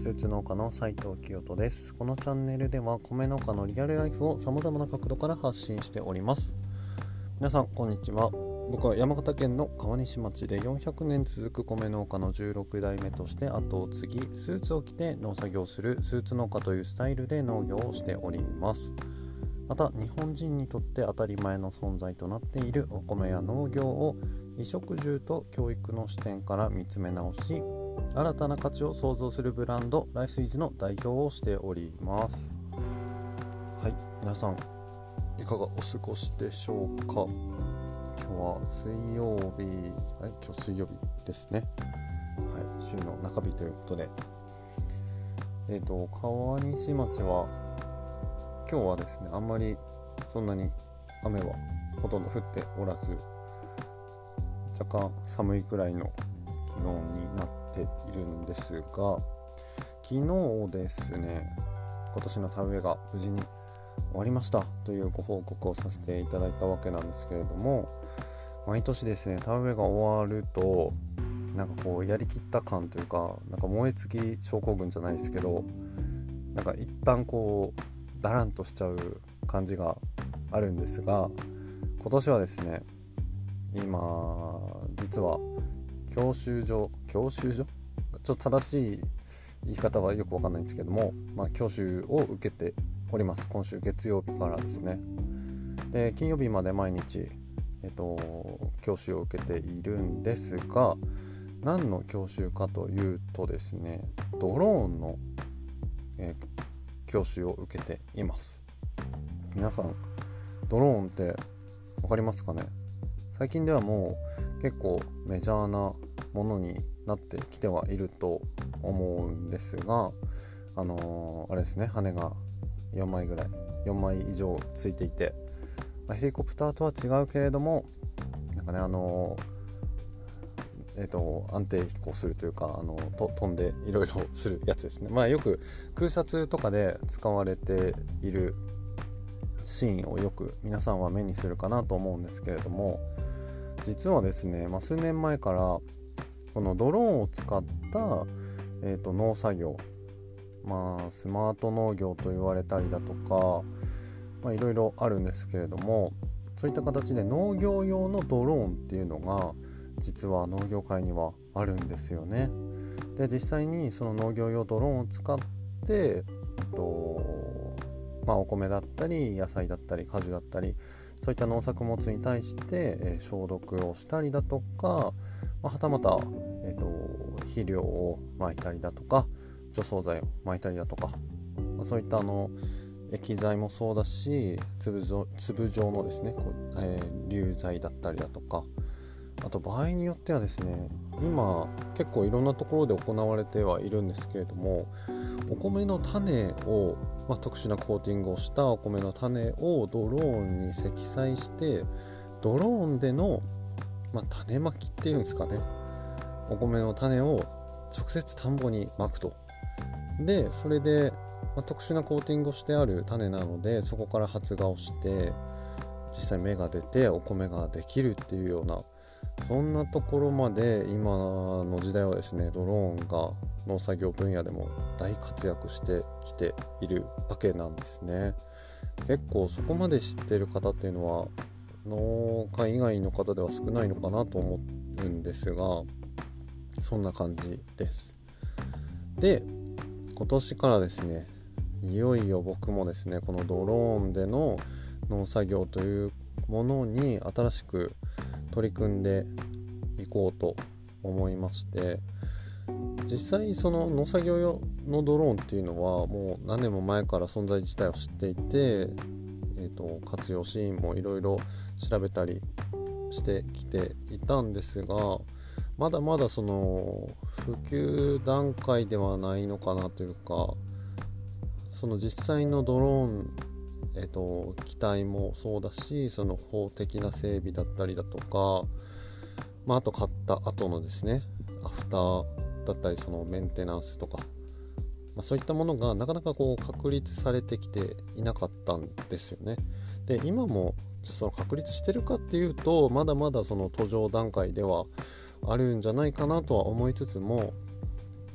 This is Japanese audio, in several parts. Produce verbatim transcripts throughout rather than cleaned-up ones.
スーツ農家の斉藤清人です。このチャンネルでは米農家のリアルライフをさまざまな角度から発信しております。皆さんこんにちは。僕は山形県の川西町でよんひゃくねん続く米農家のじゅうろくだいめとして後を継ぎ、スーツを着て農作業をするスーツ農家というスタイルで農業をしております。また日本人にとって当たり前の存在となっているお米や農業を衣食住と教育の視点から見つめ直し、新たな価値を創造するブランドライスイズの代表をしております。はい、皆さんいかがお過ごしでしょうか。今日は水曜日、はい、今日水曜日ですね。はい、週の中日ということで、えっと川西町は今日はですね、あんまりそんなに雨はほとんど降っておらず、若干寒いくらいの気温になっているんですが、昨日ですね、今年の田植えが無事に終わりましたというご報告をさせていただいたわけなんですけれども、毎年ですね、田植えが終わるとなんかこうやりきった感というか、なんか燃え尽き症候群じゃないですけど、なんか一旦こうだらんとしちゃう感じがあるんですが、今年はですね、今実は教習所教習所ちょっと正しい言い方はよくわかんないんですけども、まあ、教習を受けております。今週月曜日からですね。で、金曜日まで毎日、えっと、教習を受けているんですが、何の教習かというとですね、ドローンの、えー教習を受けています。皆さんドローンって分かりますかね。最近ではもう結構メジャーなものになってきてはいると思うんですが、あのー、あれですね、羽がよんまいぐらいよんまい以上ついていて、まあ、ヘリコプターとは違うけれども、なんかね、あのーえー、と安定飛行するというか、あのと飛んでいろいろするやつですね。まあよく空撮とかで使われているシーンをよく皆さんは目にするかなと思うんですけれども、実はですね、まあ、数年前からこのドローンを使った、えー、と農作業、まあスマート農業と言われたりだとか、まあいろいろあるんですけれども、そういった形で農業用のドローンっていうのが実は農業界にはあるんですよね。で、実際にその農業用ドローンを使って、えっとまあ、お米だったり野菜だったり果樹だったり、そういった農作物に対して、えー、消毒をしたりだとか、まあ、はたまた、えっと肥料をまいたりだとか、除草剤をまいたりだとか、まあ、そういったあの液剤もそうだし、粒状、粒状のですね、こう、えー、流剤だったりだとか、あと場合によってはですね、今結構いろんなところで行われてはいるんですけれども、お米の種を、まあ、特殊なコーティングをしたお米の種をドローンに積載して、ドローンでの、まあ、種まきっていうんですかね、お米の種を直接田んぼにまくと。で、それで、まあ、特殊なコーティングをしてある種なので、そこから発芽をして実際芽が出てお米ができるっていうような、そんなところまで今の時代はですね、ドローンが農作業分野でも大活躍してきているわけなんですね。結構そこまで知っている方っていうのは農家以外の方では少ないのかなと思うんですが、そんな感じです。で、今年からですね、いよいよ僕もですね、このドローンでの農作業というものに新しく取り組んでいこうと思いまして、実際その農作業用のドローンっていうのはもう何年も前から存在自体を知っていて、えーと、活用シーンもいろいろ調べたりしてきていたんですが、まだまだその普及段階ではないのかなというか、その実際のドローン、えーと、機体もそうだし、その法的な整備だったりだとか、まあ、あと買った後のですね、アフターだったり、そのメンテナンスとか、まあ、そういったものがなかなかこう確立されてきていなかったんですよね。で、今もその確立してるかっていうと、まだまだその途上段階ではあるんじゃないかなとは思いつつも、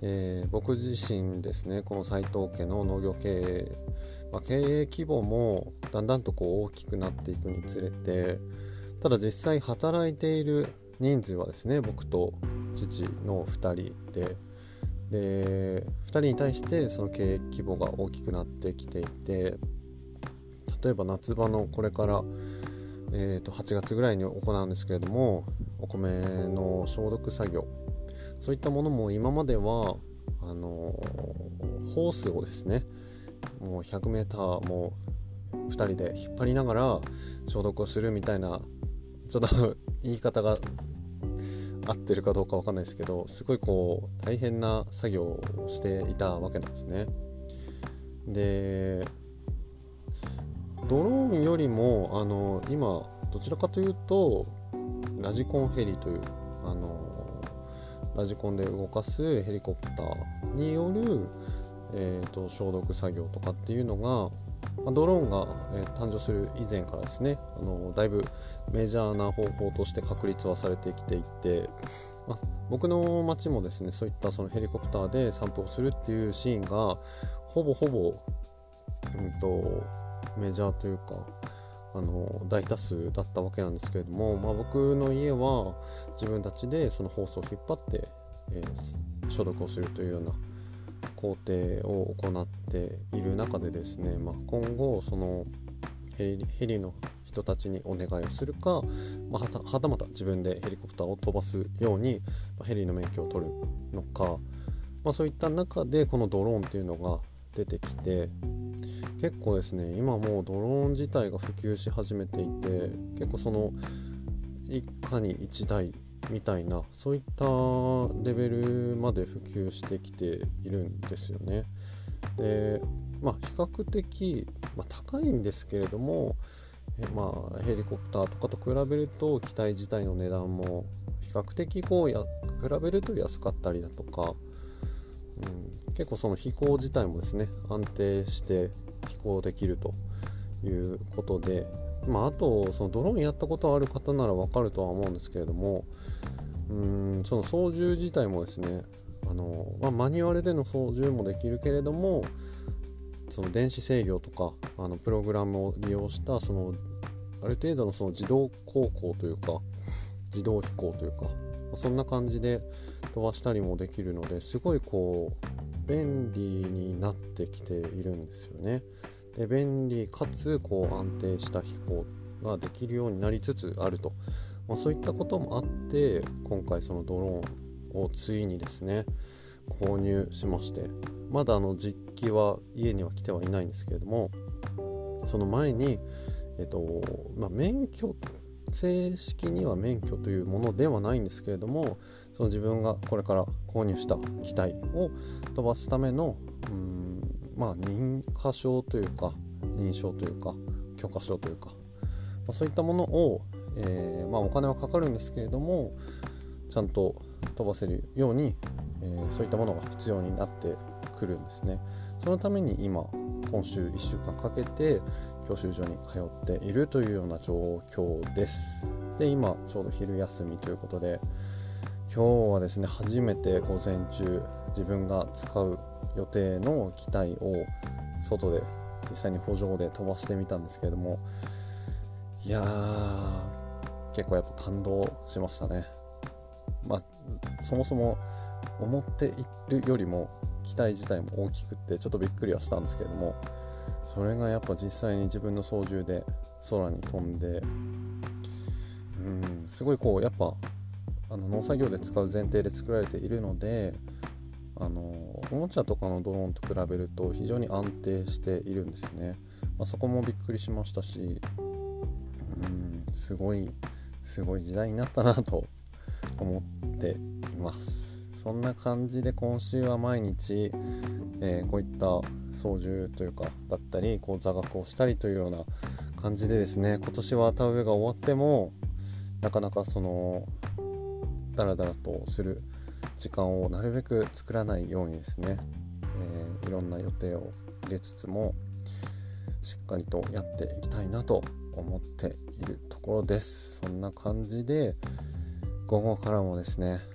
えー、僕自身ですね、この斉藤家の農業経営、まあ、経営規模もだんだんとこう大きくなっていくにつれて、ただ実際働いている人数はですね、僕と父のふたりで、でふたりに対してその経営規模が大きくなってきていて、例えば夏場のこれから、えー、とはちがつぐらいに行うんですけれども、お米の消毒作業、そういったものも今まではあのー、ホースをですね、もう ひゃくメーター もふたりで引っ張りながら消毒をするみたいな、ちょっと言い方が合ってるかどうかわかんないですけど、すごいこう大変な作業をしていたわけなんですね。でドローンよりもあの今どちらかというとラジコンヘリというあのラジコンで動かすヘリコプターによる、えー、と消毒作業とかっていうのが、まあ、ドローンが、えー、誕生する以前からですね、あのだいぶメジャーな方法として確立はされてきていて、まあ、僕の町もですね、そういったそのヘリコプターで散布をするっていうシーンがほぼほぼ、うんとメジャーというかあの大多数だったわけなんですけれども、まあ、僕の家は自分たちでそのホースを引っ張って、えー、消毒をするというような工程を行っている中でですね、まあ、今後そのヘリ、ヘリの人たちにお願いをするか、まあ、はた、はたまた自分でヘリコプターを飛ばすように、まあ、ヘリの免許を取るのか、まあ、そういった中でこのドローンっていうのが出てきて、結構ですね、今もうドローン自体が普及し始めていて、結構その一家に一台みたいな、そういったレベルまで普及してきているんですよね。で、まあ比較的、まあ、高いんですけれども、えまあヘリコプターとかと比べると機体自体の値段も比較的こうや比べると安かったりだとか、うん、結構その飛行自体もですね、安定して飛行できるということで、まあ、あとそのドローンやったことある方ならわかるとは思うんですけれども、うーんその操縦自体もですね、あの、まあ、マニュアルでの操縦もできるけれども、その電子制御とかあのプログラムを利用したそのある程度のその自動航行というか自動飛行というか、そんな感じで飛ばしたりもできるので、すごいこう便利になってきているんですよね。で便利かつこう安定した飛行ができるようになりつつあると、まあ、そういったこともあって今回そのドローンをついにですね購入しまして、まだあの実機は家には来てはいないんですけれども、その前にえっとまあ免許正式には免許というものではないんですけれども、その自分がこれから購入した機体を飛ばすためのうーん、まあ、認可証というか認証というか許可証というか、まあ、そういったものを、えーまあ、お金はかかるんですけれどもちゃんと飛ばせるように、えー、そういったものが必要になってくるんですね。そのために今今週いっしゅうかんかけて教習所に通っているというような状況です。で今ちょうど昼休みということで、今日はですね初めて午前中自分が使う予定の機体を外で実際に補助で飛ばしてみたんですけれども、いやー結構やっぱ感動しましたね。まあそもそも思っているよりも機体自体も大きくってちょっとびっくりはしたんですけれども、それがやっぱ実際に自分の操縦で空に飛んで、うんすごいこうやっぱあの農作業で使う前提で作られているので、あのおもちゃとかのドローンと比べると非常に安定しているんですね。まあ、そこもびっくりしましたし、うんすごいすごい時代になったなと思っています。そんな感じで今週は毎日、えー、こういった操縦というかだったりこう座学をしたりというような感じでですね、今年は田植えが終わってもなかなかそのダラダラとする時間をなるべく作らないようにですね、えー、いろんな予定を入れつつもしっかりとやっていきたいなと思っているところです。そんな感じで午後からもですね、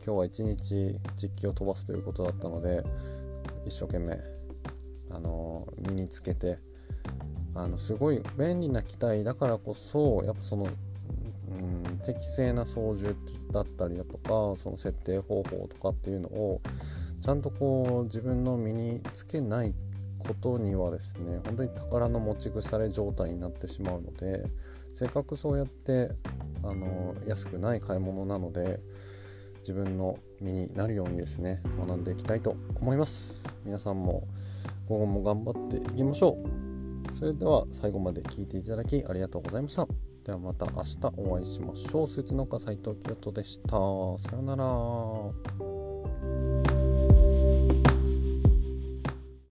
今日は一日実機を飛ばすということだったので、一生懸命あの身につけて、あのすごい便利な機体だからこそ、やっぱその、うん、適正な操縦だったりだとか、その設定方法とかっていうのをちゃんとこう自分の身につけないことにはですね、本当に宝の持ち腐れ状態になってしまうので、せっかくそうやってあの安くない買い物なので自分の身になるようにですね、学んでいきたいと思います。皆さんも午後も頑張っていきましょう。それでは最後まで聞いていただきありがとうございました。ではまた明日お会いしましょう。スーツ農家斉藤清人でした。さようなら。